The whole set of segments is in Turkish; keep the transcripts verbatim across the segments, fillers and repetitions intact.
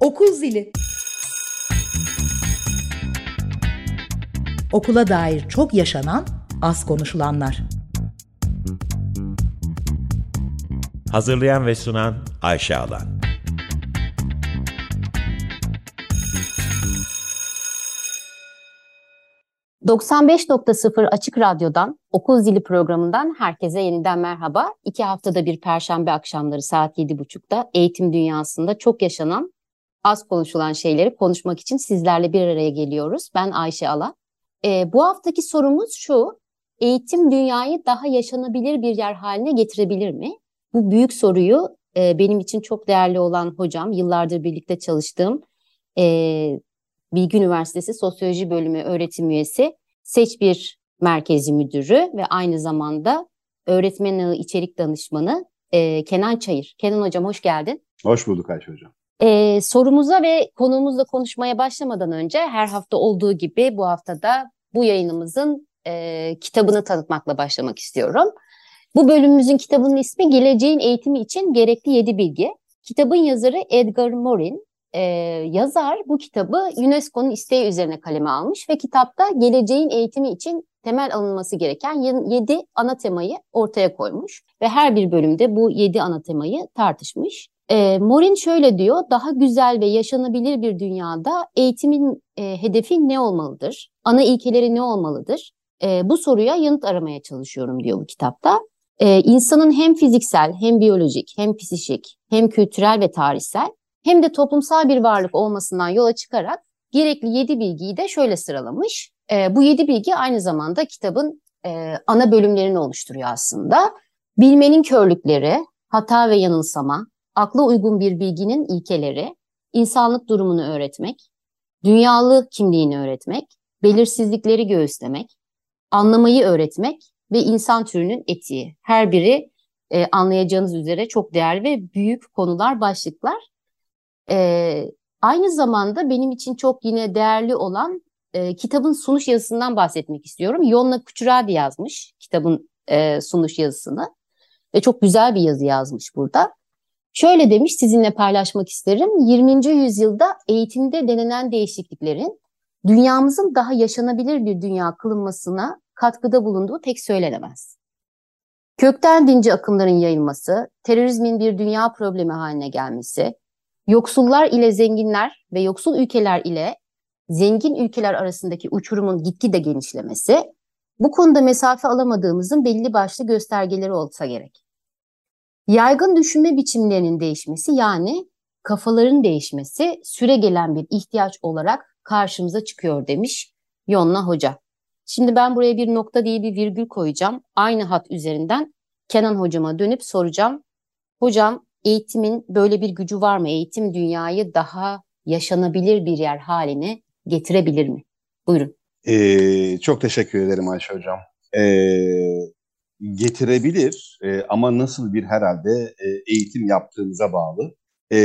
Okul zili. Okula dair çok yaşanan, az konuşulanlar. Hazırlayan ve sunan Ayşe Alan. doksan beş nokta sıfır Açık Radyo'dan, Okul Zili programından herkese yeniden merhaba. İki haftada bir Perşembe akşamları saat yedi buçukta eğitim dünyasında çok yaşanan, az konuşulan şeyleri konuşmak için sizlerle bir araya geliyoruz. Ben Ayşe Alan. Ee, bu haftaki sorumuz şu: eğitim dünyayı daha yaşanabilir bir yer haline getirebilir mi? Bu büyük soruyu e, benim için çok değerli olan hocam, yıllardır birlikte çalıştığım e, Bilgi Üniversitesi Sosyoloji Bölümü öğretim üyesi, Seçbir Merkezi Müdürü ve aynı zamanda öğretmen ağı içerik danışmanı e, Kenan Çayır. Kenan Hocam, hoş geldin. Hoş bulduk Ayşe Hocam. E, sorumuza ve konuğumuzla konuşmaya başlamadan önce her hafta olduğu gibi bu haftada bu yayınımızın e, kitabını tanıtmakla başlamak istiyorum. Bu bölümümüzün kitabının ismi Geleceğin Eğitimi için Gerekli Yedi Bilgi. Kitabın yazarı Edgar Morin. Ee, yazar bu kitabı UNESCO'nun isteği üzerine kaleme almış ve kitapta geleceğin eğitimi için temel alınması gereken yedi ana temayı ortaya koymuş ve her bir bölümde bu yedi ana temayı tartışmış. Ee, Morin şöyle diyor: daha güzel ve yaşanabilir bir dünyada eğitimin e, hedefi ne olmalıdır? Ana ilkeleri ne olmalıdır? E, bu soruya yanıt aramaya çalışıyorum diyor bu kitapta. Ee, insanın hem fiziksel, hem biyolojik, hem psikik, hem kültürel ve tarihsel, hem de toplumsal bir varlık olmasından yola çıkarak gerekli yedi bilgiyi de şöyle sıralamış. E, bu yedi bilgi aynı zamanda kitabın e, ana bölümlerini oluşturuyor aslında. Bilmenin körlükleri, hata ve yanılsama, akla uygun bir bilginin ilkeleri, insanlık durumunu öğretmek, dünyalı kimliğini öğretmek, belirsizlikleri göğüslemek, anlamayı öğretmek ve insan türünün etiği. Her biri e, anlayacağınız üzere çok değerli ve büyük konular, başlıklar. Ee, aynı zamanda benim için çok yine değerli olan e, kitabın sunuş yazısından bahsetmek istiyorum. Yonna Kuchuradi yazmış kitabın e, sunuş yazısını ve çok güzel bir yazı yazmış burada. Şöyle demiş, sizinle paylaşmak isterim. yirminci yüzyılda eğitimde denenen değişikliklerin dünyamızın daha yaşanabilir bir dünya kılınmasına katkıda bulunduğu pek söylenemez. Kökten dinci akımların yayılması, terörizmin bir dünya problemi haline gelmesi, yoksullar ile zenginler ve yoksul ülkeler ile zengin ülkeler arasındaki uçurumun gitgide genişlemesi, bu konuda mesafe alamadığımızın belli başlı göstergeleri olsa gerek. Yaygın düşünme biçimlerinin değişmesi, yani kafaların değişmesi süregelen bir ihtiyaç olarak karşımıza çıkıyor demiş Yonna Hoca. Şimdi ben buraya bir nokta diye bir virgül koyacağım. Aynı hat üzerinden Kenan Hocama dönüp soracağım. Hocam, eğitimin böyle bir gücü var mı? Eğitim dünyayı daha yaşanabilir bir yer haline getirebilir mi? Buyurun. Ee, çok teşekkür ederim Ayşe Hocam. Ee, getirebilir e, ama nasıl bir herhalde e, eğitim yaptığımıza bağlı.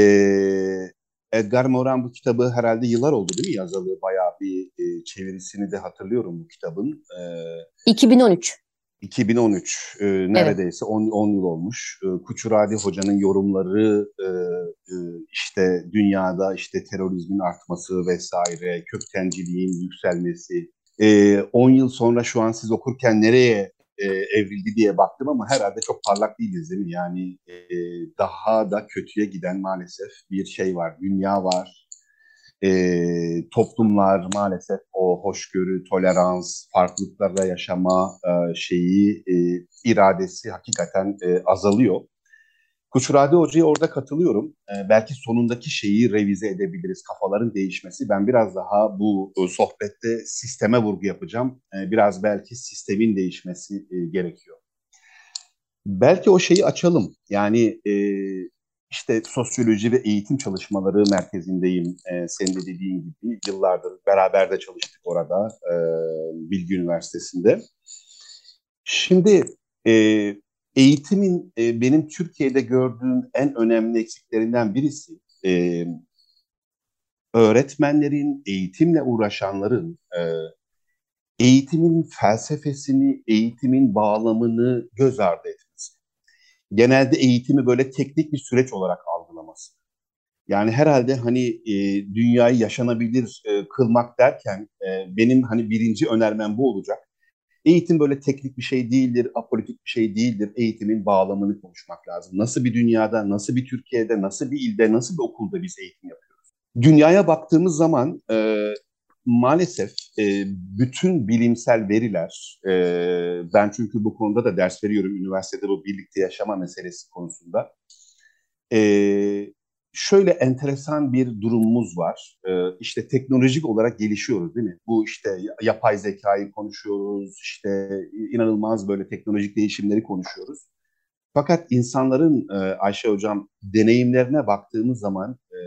Ee, Edgar Morin bu kitabı herhalde yıllar oldu değil mi yazalı? Bayağı bir e, çevirisini de hatırlıyorum bu kitabın. Ee, iki bin on üç. iki bin on üç e, neredeyse evet. on yıl olmuş. E, Kuchuradi Hoca'nın yorumları, e, e, işte dünyada işte terörizmin artması vesaire, köktenciliğin yükselmesi. E, on yıl sonra şu an siz okurken nereye e, evrildi diye baktım ama herhalde çok parlak değiliz değil mi? Yani e, daha da kötüye giden maalesef bir şey var, dünya var. E, toplumlar maalesef o hoşgörü, tolerans, farklılıklarla yaşama e, şeyi, e, iradesi hakikaten e, azalıyor. Kuchuradi Hoca'ya orada katılıyorum. E, belki sonundaki şeyi revize edebiliriz, kafaların değişmesi. Ben biraz daha bu e, sohbette sisteme vurgu yapacağım. E, biraz belki sistemin değişmesi e, gerekiyor. Belki o şeyi açalım. Yani e, işte sosyoloji ve eğitim çalışmaları merkezindeyim. E, senin de dediğin gibi yıllardır beraber de çalıştık orada e, Bilgi Üniversitesi'nde. Şimdi e, eğitimin e, benim Türkiye'de gördüğüm en önemli eksiklerinden birisi e, öğretmenlerin, eğitimle uğraşanların e, eğitimin felsefesini, eğitimin bağlamını göz ardı etmesi. Genelde eğitimi böyle teknik bir süreç olarak algılaması. Yani herhalde hani e, dünyayı yaşanabilir e, kılmak derken e, benim hani birinci önermem bu olacak. Eğitim böyle teknik bir şey değildir, apolitik bir şey değildir. Eğitimin bağlamını konuşmak lazım. Nasıl bir dünyada, nasıl bir Türkiye'de, nasıl bir ilde, nasıl bir okulda biz eğitim yapıyoruz? Dünyaya baktığımız zaman e, maalesef e, bütün bilimsel veriler, e, ben çünkü bu konuda da ders veriyorum üniversitede bu birlikte yaşama meselesi konusunda. E, Şöyle enteresan bir durumumuz var. E, işte teknolojik olarak gelişiyoruz değil mi? Bu işte yapay zekayı konuşuyoruz, işte inanılmaz böyle teknolojik değişimleri konuşuyoruz. Fakat insanların e, Ayşe Hocam deneyimlerine baktığımız zaman e,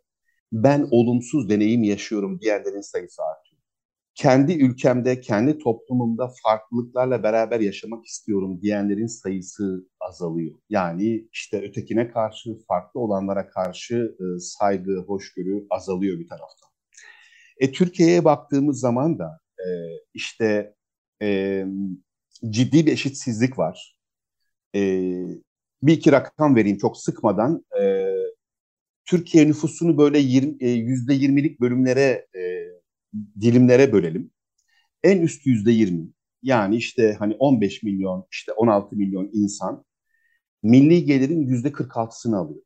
ben olumsuz deneyim yaşıyorum diyenlerin sayısı artıyor. Kendi ülkemde, kendi toplumumda farklılıklarla beraber yaşamak istiyorum diyenlerin sayısı azalıyor. Yani işte ötekine karşı, farklı olanlara karşı e, saygı, hoşgörü azalıyor bir taraftan. E, Türkiye'ye baktığımız zaman da e, işte e, ciddi bir eşitsizlik var. E, Bir iki rakam vereyim çok sıkmadan. E, Türkiye nüfusunu böyle yirmi, e, yüzde yirmilik bölümlere, e, dilimlere bölelim. En üst yüzde yirmi, yani işte hani on beş milyon, işte on altı milyon insan milli gelirin yüzde kırk altısını alıyor.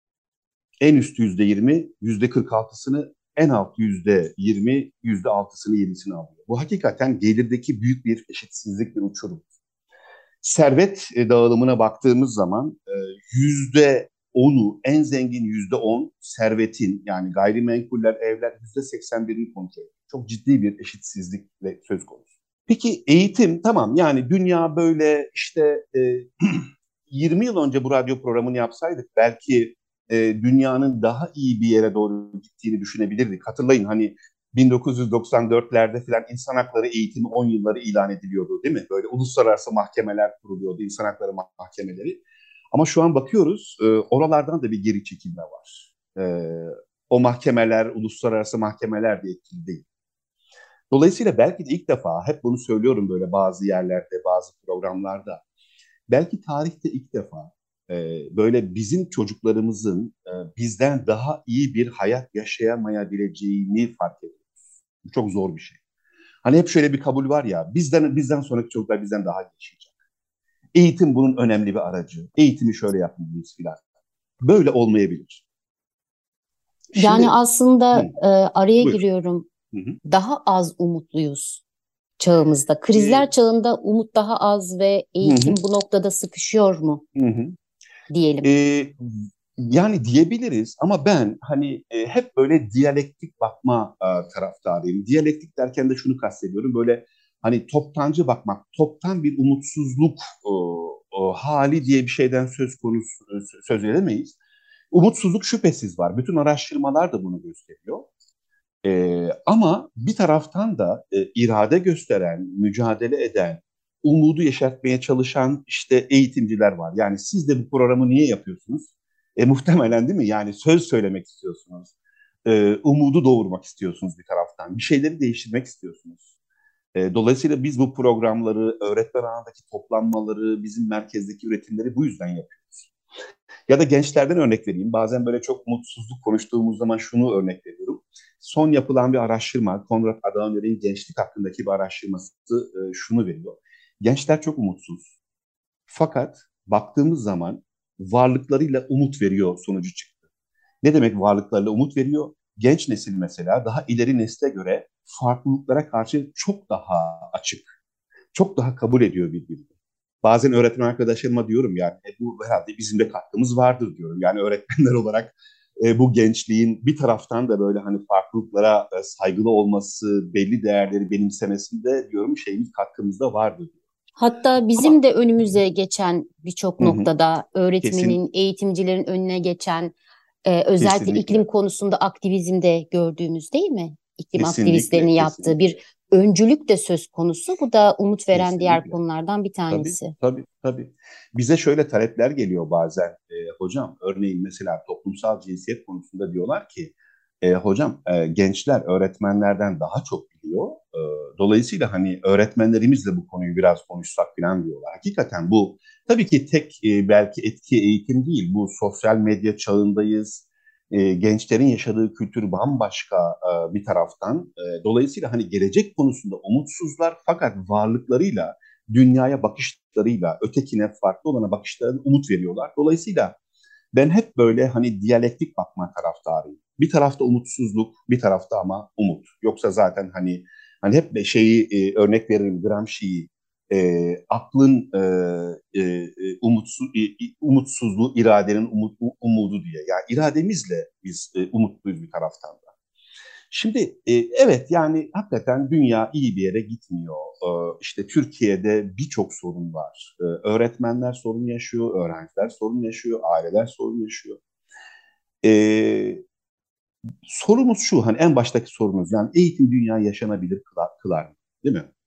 En üst yüzde yirmi, yüzde kırk altısını, en alt yüzde yirmi, yüzde altısını, yedisini alıyor. Bu hakikaten gelirdeki büyük bir eşitsizlik, bir uçurum. Servet e, dağılımına baktığımız zaman e, yüzde onu, en zengin yüzde on servetin, yani gayrimenkuller, evler yüzde seksen birini kontrol ediyor. Çok ciddi bir eşitsizlikle söz konusu. Peki eğitim, tamam, yani dünya böyle işte e, yirmi yıl önce bu radyo programını yapsaydık belki e, dünyanın daha iyi bir yere doğru gittiğini düşünebilirdik. Hatırlayın hani bin dokuz yüz doksan dörtlerde falan insan hakları eğitimi on yılları ilan ediliyordu değil mi? Böyle uluslararası mahkemeler kuruluyordu, insan hakları mahkemeleri. Ama şu an bakıyoruz e, oralardan da bir geri çekilme var. E, O mahkemeler, uluslararası mahkemeler de etkili değil. Dolayısıyla belki de ilk defa, hep bunu söylüyorum böyle bazı yerlerde, bazı programlarda, belki tarihte ilk defa e, böyle bizim çocuklarımızın e, bizden daha iyi bir hayat yaşayamayabileceğini fark ediyoruz. Bu çok zor bir şey. Hani hep şöyle bir kabul var ya, bizden bizden sonraki çocuklar bizden daha iyi yaşayacak. Eğitim bunun önemli bir aracı. Eğitimi şöyle yapmalıyız filan. Böyle olmayabilir. Yani Şimdi, hı, aslında e, araya buyur. giriyorum. Hı hı. Daha az umutluyuz çağımızda. Krizler E, çağında umut daha az ve hı hı. eğitim bu noktada sıkışıyor mu Hı hı. diyelim. Ee, Yani diyebiliriz ama ben hani e, hep böyle diyalektik bakma e, taraftarıyım. Diyalektik derken de şunu kastediyorum. Böyle hani toptancı bakmak, toptan bir umutsuzluk o, o, hali diye bir şeyden söz konusu söz edemeyiz. Umutsuzluk şüphesiz var. Bütün araştırmalar da bunu gösteriyor. Ee, ama bir taraftan da e, irade gösteren, mücadele eden, umudu yeşertmeye çalışan işte eğitimciler var. Yani siz de bu programı niye yapıyorsunuz? E, muhtemelen değil mi? Yani söz söylemek istiyorsunuz. E, umudu doğurmak istiyorsunuz bir taraftan. Bir şeyleri değiştirmek istiyorsunuz. E, dolayısıyla biz bu programları, öğretmen ağındaki toplanmaları, bizim merkezdeki üretimleri bu yüzden yapıyoruz. Ya da gençlerden örnek vereyim. Bazen böyle çok mutsuzluk konuştuğumuz zaman şunu örnek veriyorum. Son yapılan bir araştırma, Konrad Adenauer'in gençlik hakkındaki bir araştırması e, şunu veriyor. Gençler çok umutsuz. Fakat baktığımız zaman varlıklarıyla umut veriyor sonucu çıktı. Ne demek varlıklarıyla umut veriyor? Genç nesil mesela daha ileri nesle göre farklılıklara karşı çok daha açık, çok daha kabul ediyor birbirini. Bazen öğretmen arkadaşlarıma diyorum yani e, bu herhalde bizim de katkımız vardır diyorum. Yani öğretmenler olarak e, bu gençliğin bir taraftan da böyle hani farklılıklara e, saygılı olması, belli değerleri benimsemesinde diyorum şeyimiz, katkımız da vardır diyorum. Hatta bizim Ama de önümüze geçen birçok hı hı, noktada öğretmenin, kesin eğitimcilerin önüne geçen e, özellikle iklim kesinlikle, konusunda aktivizmde gördüğümüz değil mi? İklim kesinlikle, aktivistlerinin yaptığı bir kesinlikle, öncülük de söz konusu. Bu da umut veren diğer kesinlikle. konulardan bir Tabii, tanesi. tabii, tabii. Bize şöyle talepler geliyor bazen e, hocam. Örneğin mesela toplumsal cinsiyet konusunda diyorlar ki, e, hocam e, gençler öğretmenlerden daha çok biliyor. E, dolayısıyla hani öğretmenlerimizle bu konuyu biraz konuşsak falan diyorlar. Hakikaten bu tabii ki tek e, belki etki eğitim değil. Bu sosyal medya çağındayız. e, gençlerin yaşadığı kültür bambaşka e, bir taraftan. E, dolayısıyla hani gelecek konusunda umutsuzlar fakat varlıklarıyla, dünyaya bakışlarıyla, ötekine farklı olana bakışlarına umut veriyorlar. Dolayısıyla ben hep böyle hani diyalektik bakma taraftarıyım. Bir tarafta umutsuzluk, bir tarafta ama umut. Yoksa zaten hani hani hep şeyi e, örnek veririm Gramsci'yi e, aklın e, e, e, umutsuz, e, umutsuzluğu iradenin umut, umudu diye. Yani irademizle biz e, umutluyuz bir taraftan da. Şimdi e, evet yani hakikaten dünya iyi bir yere gitmiyor. E, işte Türkiye'de birçok sorun var. E, öğretmenler sorun yaşıyor, öğrenciler sorun yaşıyor, aileler sorun yaşıyor. E, Sorumuz şu hani en baştaki sorumuz yani eğitim dünya yaşanabilir kılar, kılar mı? Değil mi?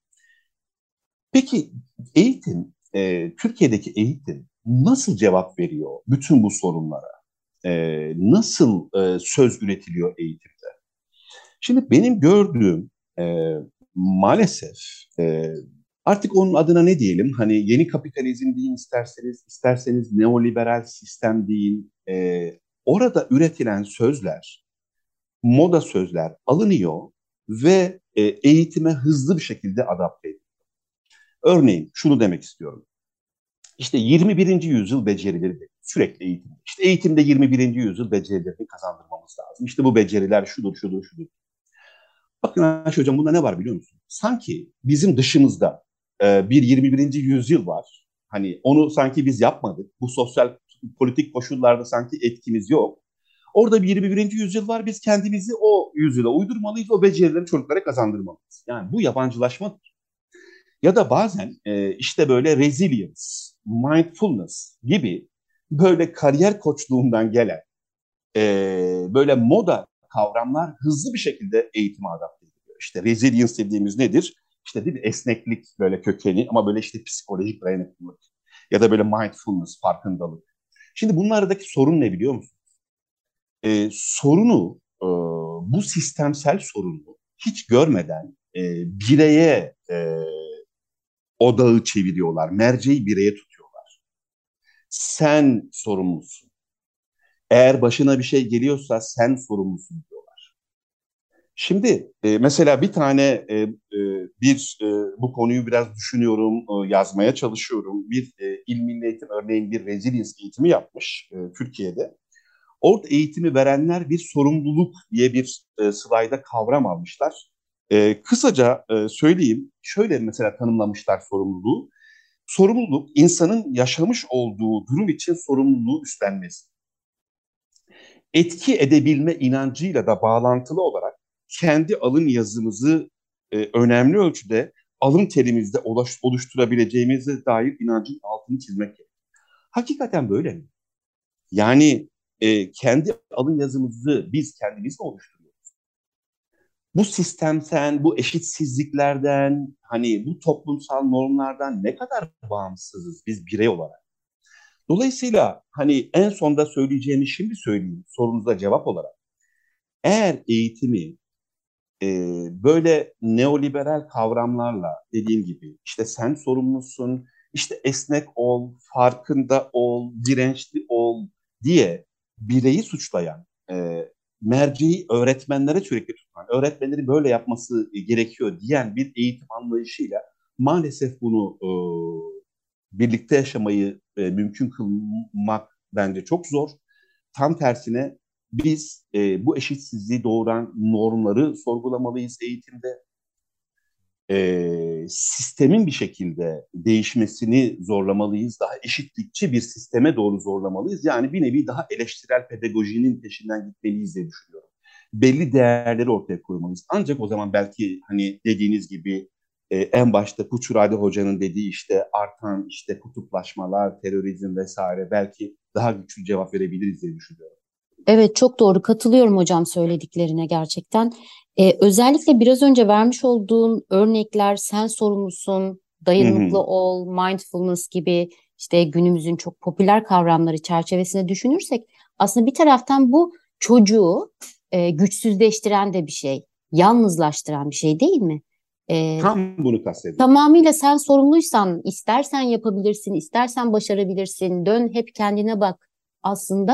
Peki eğitim, e, Türkiye'deki eğitim nasıl cevap veriyor bütün bu sorunlara? E, nasıl e, söz üretiliyor eğitimde? Şimdi benim gördüğüm e, maalesef e, artık onun adına ne diyelim? Hani yeni kapitalizm deyin isterseniz, isterseniz neoliberal sistem deyin. E, orada üretilen sözler, moda sözler alınıyor ve e, eğitime hızlı bir şekilde adapte ediliyor. Örneğin şunu demek istiyorum. İşte yirmi birinci yüzyıl becerileri sürekli eğitim. İşte eğitimde yirmi birinci yüzyıl becerilerini kazandırmamız lazım. İşte bu beceriler şudur, şudur, şudur. Bakın Ayşe Hocam bunda ne var biliyor musun? Sanki bizim dışımızda e, bir yirmi birinci yüzyıl var. Hani onu sanki biz yapmadık. Bu sosyal politik koşullarda sanki etkimiz yok. Orada bir yirmi birinci yüzyıl var. Biz kendimizi o yüzyıla uydurmalıyız. O becerileri çocuklara kazandırmalıyız. Yani bu yabancılaşma ya da bazen e, işte böyle resilience, mindfulness gibi böyle kariyer koçluğundan gelen e, böyle moda kavramlar hızlı bir şekilde eğitime adapte ediliyor. İşte resilience dediğimiz nedir? İşte değil mi? Esneklik böyle kökeni ama böyle işte psikolojik dayanıklılık ya da böyle mindfulness, farkındalık. Şimdi bunlardaki sorun ne biliyor musun? E, sorunu, e, bu sistemsel sorunu hiç görmeden e, bireye e, odağı çeviriyorlar. Merceği bireye tutuyorlar. Sen sorumlusun. Eğer başına bir şey geliyorsa sen sorumlusun diyorlar. Şimdi e, mesela bir tane e, e, bir e, bu konuyu biraz düşünüyorum, e, yazmaya çalışıyorum. Bir e, İl Milli Eğitim örneğin bir resilience eğitimi yapmış e, Türkiye'de. Orada eğitimi verenler bir sorumluluk diye bir e, slayda kavram almışlar. E, kısaca e, söyleyeyim, şöyle mesela tanımlamışlar sorumluluğu. Sorumluluk insanın yaşamış olduğu durum için sorumluluğu üstlenmesi. Etki edebilme inancıyla da bağlantılı olarak kendi alın yazımızı e, önemli ölçüde alın terimizde oluş, oluşturabileceğimize dair inancın altını çizmek gerekiyor. Hakikaten böyle mi? Yani e, kendi alın yazımızı biz kendimiz mi oluşturuyoruz? Bu sistemden, bu eşitsizliklerden, hani bu toplumsal normlardan ne kadar bağımsızız biz birey olarak? Dolayısıyla hani en sonda söyleyeceğimi şimdi söyleyeyim sorunuza cevap olarak. Eğer eğitimi e, böyle neoliberal kavramlarla dediğim gibi işte sen sorumlusun, işte esnek ol, farkında ol, dirençli ol diye bireyi suçlayan, e, merceği öğretmenlere sürekli tutan, öğretmenlerin böyle yapması gerekiyor diyen bir eğitim anlayışıyla maalesef bunu e, birlikte yaşamayı e, mümkün kılmak bence çok zor. Tam tersine biz e, bu eşitsizliği doğuran normları sorgulamalıyız eğitimde. E, sistemin bir şekilde değişmesini zorlamalıyız. Daha eşitlikçi bir sisteme doğru zorlamalıyız. Yani bir nevi daha eleştirel pedagojinin peşinden gitmeliyiz diye düşünüyorum. Belli değerleri ortaya koymalıyız. Ancak o zaman belki hani dediğiniz gibi e, en başta Kuçuradi Hoca'nın dediği işte artan işte kutuplaşmalar, terörizm vesaire belki daha güçlü cevap verebiliriz diye düşünüyorum. Evet, çok doğru, katılıyorum hocam söylediklerine gerçekten. Ee, özellikle biraz önce vermiş olduğun örnekler sen sorumlusun, Hı dayanıklı hı. ol, mindfulness gibi işte günümüzün çok popüler kavramları çerçevesinde düşünürsek aslında bir taraftan bu çocuğu e, güçsüzleştiren de bir şey, yalnızlaştıran bir şey değil mi? Ee, Tam bunu kastediyorum. Tamamıyla sen sorumluysan istersen yapabilirsin, istersen başarabilirsin, dön hep kendine bak aslında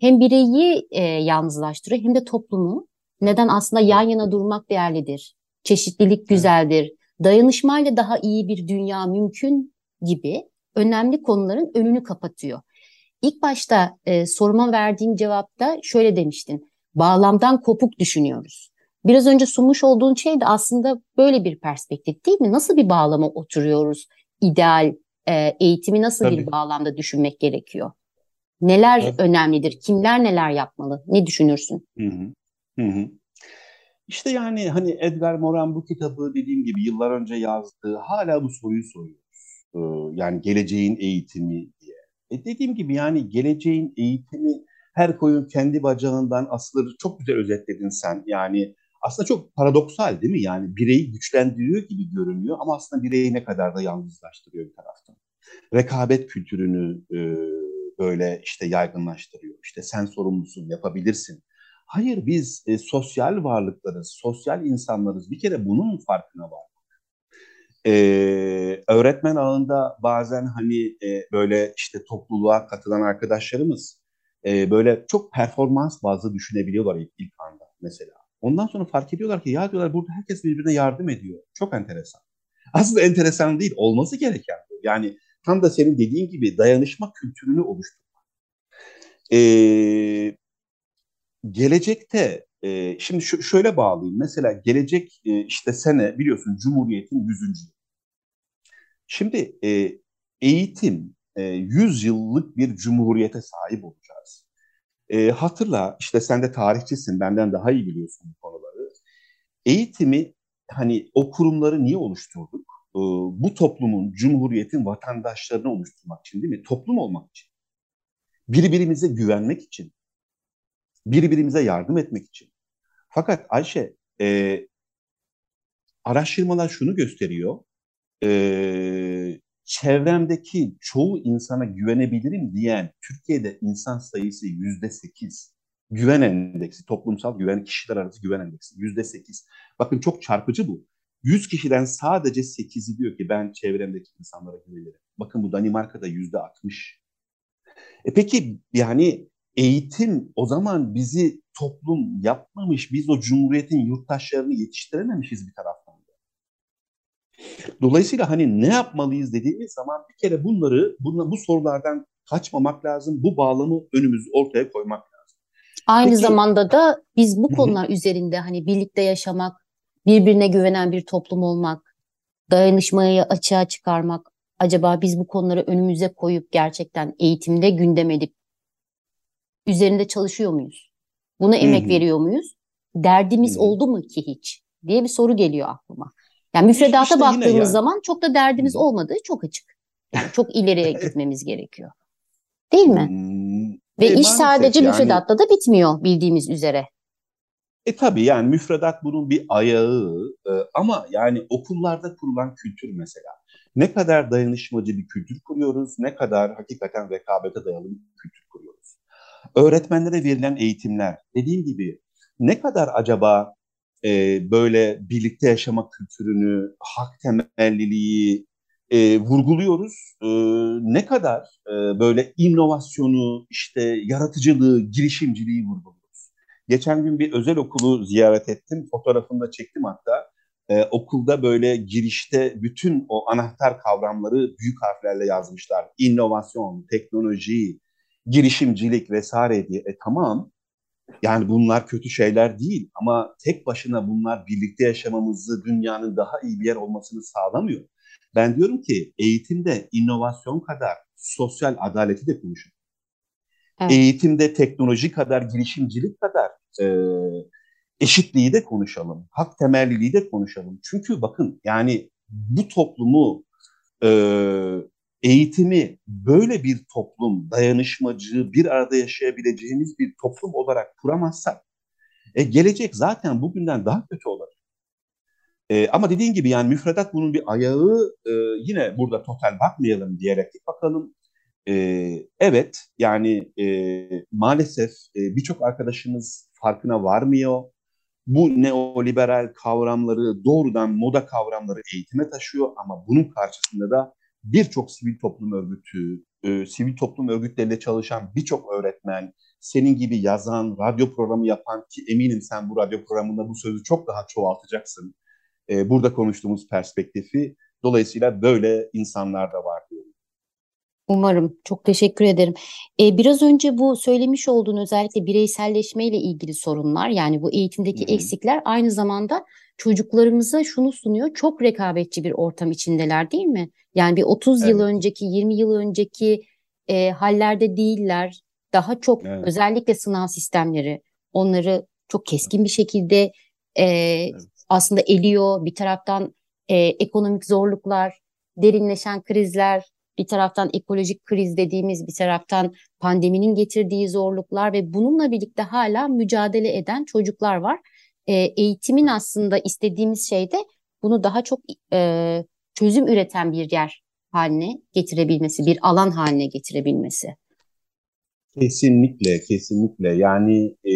hem bireyi e, yalnızlaştırıyor hem de toplumu. Neden aslında yan yana durmak değerlidir, çeşitlilik güzeldir, dayanışmayla daha iyi bir dünya mümkün gibi önemli konuların önünü kapatıyor. İlk başta e, soruma verdiğin cevapta şöyle demiştin, bağlamdan kopuk düşünüyoruz. Biraz önce sunmuş olduğun şey de aslında böyle bir perspektif değil mi? Nasıl bir bağlama oturuyoruz? İdeal e, eğitimi nasıl bir Tabii. bağlamda düşünmek gerekiyor? Neler Tabii. önemlidir? Kimler neler yapmalı? Ne düşünürsün? Hı hı. Hı hı. İşte yani hani Edgar Morin bu kitabı dediğim gibi yıllar önce yazdı. Hala bu soruyu soruyoruz. Ee, yani geleceğin eğitimi diye. E dediğim gibi yani geleceğin eğitimi her koyun kendi bacağından asılır. Çok güzel özetledin sen. Yani aslında çok paradoksal değil mi? Yani bireyi güçlendiriyor gibi görünüyor ama aslında bireyi ne kadar da yalnızlaştırıyor bir taraftan. Rekabet kültürünü e, böyle işte yaygınlaştırıyor. İşte sen sorumlusun, yapabilirsin. Hayır, biz e, sosyal varlıklarız, sosyal insanlarız. Bir kere bunun farkına var. E, öğretmen ağında bazen hani e, böyle işte topluluğa katılan arkadaşlarımız e, böyle çok performans bazlı düşünebiliyorlar ilk, ilk anda mesela. Ondan sonra fark ediyorlar ki ya diyorlar burada herkes birbirine yardım ediyor. Çok enteresan. Aslında enteresan değil, olması gereken bu. Yani tam da senin dediğin gibi dayanışma kültürünü oluşturmak. Ee, gelecekte e, şimdi şu, şöyle bağlayayım. Mesela gelecek e, işte sene biliyorsun Cumhuriyet'in yüzüncü yılı. Şimdi e, eğitim e, yüz yıllık bir cumhuriyete sahip olacağız. E, hatırla işte sen de tarihçisin, benden daha iyi biliyorsun bu konuları. Eğitimi hani o kurumları niye oluşturduk? E, bu toplumun, cumhuriyetin vatandaşlarını oluşturmak için değil mi? Toplum olmak için. Birbirimize güvenmek için. Birbirimize yardım etmek için. Fakat Ayşe, e, araştırmalar şunu gösteriyor. E, çevremdeki çoğu insana güvenebilirim diyen Türkiye'de insan sayısı yüzde sekiz. Güven endeksi, toplumsal güven, kişiler arası güven endeksi yüzde sekiz. Bakın çok çarpıcı bu. yüz kişiden sadece sekizi diyor ki ben çevremdeki insanlara güvenirim. Bakın bu Danimarka'da yüzde altmış. E peki yani eğitim o zaman bizi toplum yapmamış, biz o cumhuriyetin yurttaşlarını yetiştirememişiz bir taraftan da. Dolayısıyla hani ne yapmalıyız dediğimiz zaman bir kere bunları, bunla, bu sorulardan kaçmamak lazım. Bu bağlamı önümüz ortaya koymak lazım. Aynı Peki, zamanda da biz bu hı hı, konular üzerinde hani birlikte yaşamak, birbirine güvenen bir toplum olmak, dayanışmayı açığa çıkarmak, acaba biz bu konuları önümüze koyup gerçekten eğitimde gündem edip üzerinde çalışıyor muyuz? Buna hı emek hı, veriyor muyuz? hı Derdimiz hı. oldu mu ki hiç diye bir soru geliyor aklıma. Yani İş- müfredata İşte yine baktığımız yani. zaman çok da Hı derdimiz hı. olmadığı çok açık. Yani çok ileriye gitmemiz gerekiyor. Değil mi? Hmm, Ve e, iş maalesef sadece yani. müfredatta da bitmiyor bildiğimiz üzere. E tabii yani müfredat bunun bir ayağı. E, ama yani okullarda kurulan kültür mesela. Ne kadar dayanışmacı bir kültür kuruyoruz, ne kadar hakikaten rekabete dayalı bir kültür kuruyoruz. Öğretmenlere verilen eğitimler, dediğim gibi ne kadar acaba e, böyle birlikte yaşama kültürünü, hak temelliliği e, vurguluyoruz. E, ne kadar e, böyle inovasyonu, işte yaratıcılığı, girişimciliği vurguluyoruz. Geçen gün bir özel okulu ziyaret ettim. Fotoğrafını da çektim hatta. Ee, okulda böyle girişte bütün o anahtar kavramları büyük harflerle yazmışlar. İnovasyon, teknoloji, girişimcilik vesaire diye. E tamam. Yani bunlar kötü şeyler değil ama tek başına bunlar birlikte yaşamamızı, dünyanın daha iyi bir yer olmasını sağlamıyor. Ben diyorum ki eğitimde inovasyon kadar sosyal adaleti de konuşalım. Evet. Eğitimde teknoloji kadar, girişimcilik kadar e, eşitliği de konuşalım. Hak temelliliği de konuşalım. Çünkü bakın yani bu toplumu, e, eğitimi böyle bir toplum, dayanışmacı, bir arada yaşayabileceğimiz bir toplum olarak kuramazsak e, gelecek zaten bugünden daha kötü olur. E, ama dediğin gibi yani müfredat bunun bir ayağı, e, yine burada total bakmayalım diyerek bakalım. E, evet yani e, maalesef e, birçok arkadaşımız farkına varmıyor. Bu neoliberal kavramları doğrudan moda kavramları eğitime taşıyor ama bunun karşısında da birçok sivil toplum örgütü, e, sivil toplum örgütleriyle çalışan birçok öğretmen, senin gibi yazan, radyo programı yapan ki eminim sen bu radyo programında bu sözü çok daha çoğaltacaksın. E, burada konuştuğumuz perspektifi dolayısıyla böyle insanlar da var diyorum. Umarım. Çok teşekkür ederim. Ee, biraz önce bu söylemiş olduğun özellikle bireyselleşmeyle ilgili sorunlar, yani bu Hı eğitimdeki hı. eksikler aynı zamanda çocuklarımıza şunu sunuyor. Çok rekabetçi bir ortam içindeler, değil mi? Yani bir otuz yıl Evet, önceki, yirmi yıl önceki e, hallerde değiller. Daha çok evet, özellikle sınav sistemleri onları çok keskin bir şekilde e, evet. aslında eliyor. Bir taraftan e, ekonomik zorluklar, derinleşen krizler, bir taraftan ekolojik kriz dediğimiz, bir taraftan pandeminin getirdiği zorluklar ve bununla birlikte hala mücadele eden çocuklar var. E, eğitimin aslında istediğimiz şey de bunu daha çok e, çözüm üreten bir yer haline getirebilmesi, bir alan haline getirebilmesi. Kesinlikle, kesinlikle. Yani e,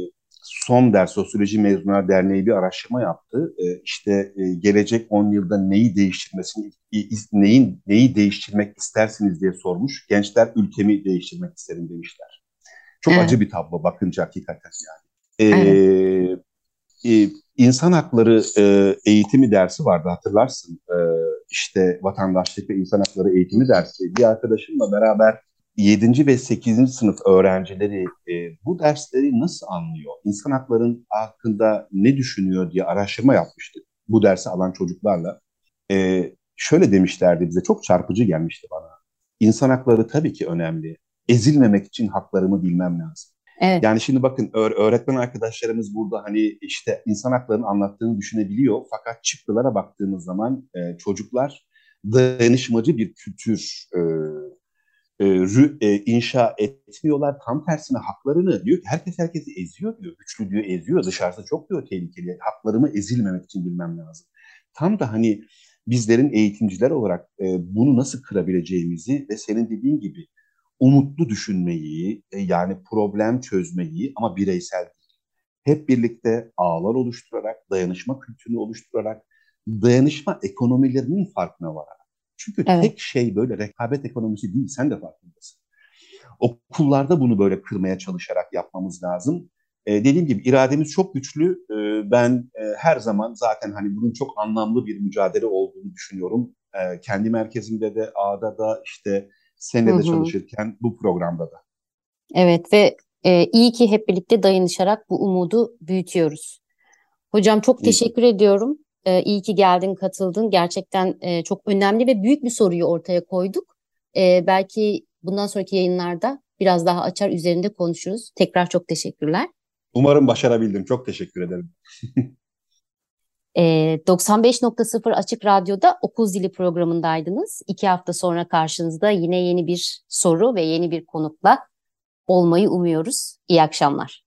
son ders Sosyoloji Mezunlar Derneği bir araştırma yaptı. E, işte e, gelecek on yılda neyi değiştirmesini, i- is- neyin neyi değiştirmek istersiniz diye sormuş. Gençler ülkemi değiştirmek isterim demişler. Çok Evet, acı bir tablo bakınca hakikaten yani. evet, E, e, insan hakları e, eğitimi dersi vardı hatırlarsın. E, işte vatandaşlık ve insan hakları eğitimi dersi. Bir arkadaşımla beraber yedinci ve sekizinci sınıf öğrencileri e, bu dersleri nasıl anlıyor? İnsan hakların hakkında ne düşünüyor diye araştırma yapmıştık bu dersi alan çocuklarla. E, şöyle demişlerdi bize, çok çarpıcı gelmişti bana. İnsan hakları tabii ki önemli. Ezilmemek için haklarımı bilmem lazım. evet. Yani şimdi bakın öğretmen arkadaşlarımız burada hani işte insan haklarını anlattığını düşünebiliyor. Fakat çıktılara baktığımız zaman e, çocuklar dayanışmacı bir kültür e, e, rü, e, inşa etmiyorlar. Tam tersine haklarını diyor ki herkes herkesi eziyor diyor. Güçlü diyor, eziyor. Dışarısı çok diyor tehlikeli. Haklarımı ezilmemek için bilmem lazım. Tam da hani bizlerin eğitimciler olarak e, bunu nasıl kırabileceğimizi ve senin dediğin gibi umutlu düşünmeyi, e, yani problem çözmeyi ama bireysel değil. Hep birlikte ağlar oluşturarak, dayanışma kültürünü oluşturarak, dayanışma ekonomilerinin farkına vararak. Çünkü Evet. tek şey böyle rekabet ekonomisi değil, sen de farkındasın. Okullarda bunu böyle kırmaya çalışarak yapmamız lazım. E, dediğim gibi irademiz çok güçlü. E, ben e, her zaman zaten hani bunun çok anlamlı bir mücadele olduğunu düşünüyorum. E, kendi merkezimde de, A'da da, işte Hı seninle de hı. çalışırken bu programda da. Evet ve e, iyi ki hep birlikte dayanışarak bu umudu büyütüyoruz. Hocam çok İyi ki. teşekkür ediyorum. Ee, iyi ki geldin, katıldın. Gerçekten e, çok önemli ve büyük bir soruyu ortaya koyduk. Ee, belki bundan sonraki yayınlarda biraz daha açar, üzerinde konuşuruz. Tekrar çok teşekkürler. Umarım başarabildim. Çok teşekkür ederim. Ee, doksan beş nokta sıfır Açık Radyo'da Okul Zili programındaydınız. İki hafta sonra karşınızda yine yeni bir soru ve yeni bir konukla olmayı umuyoruz. İyi akşamlar.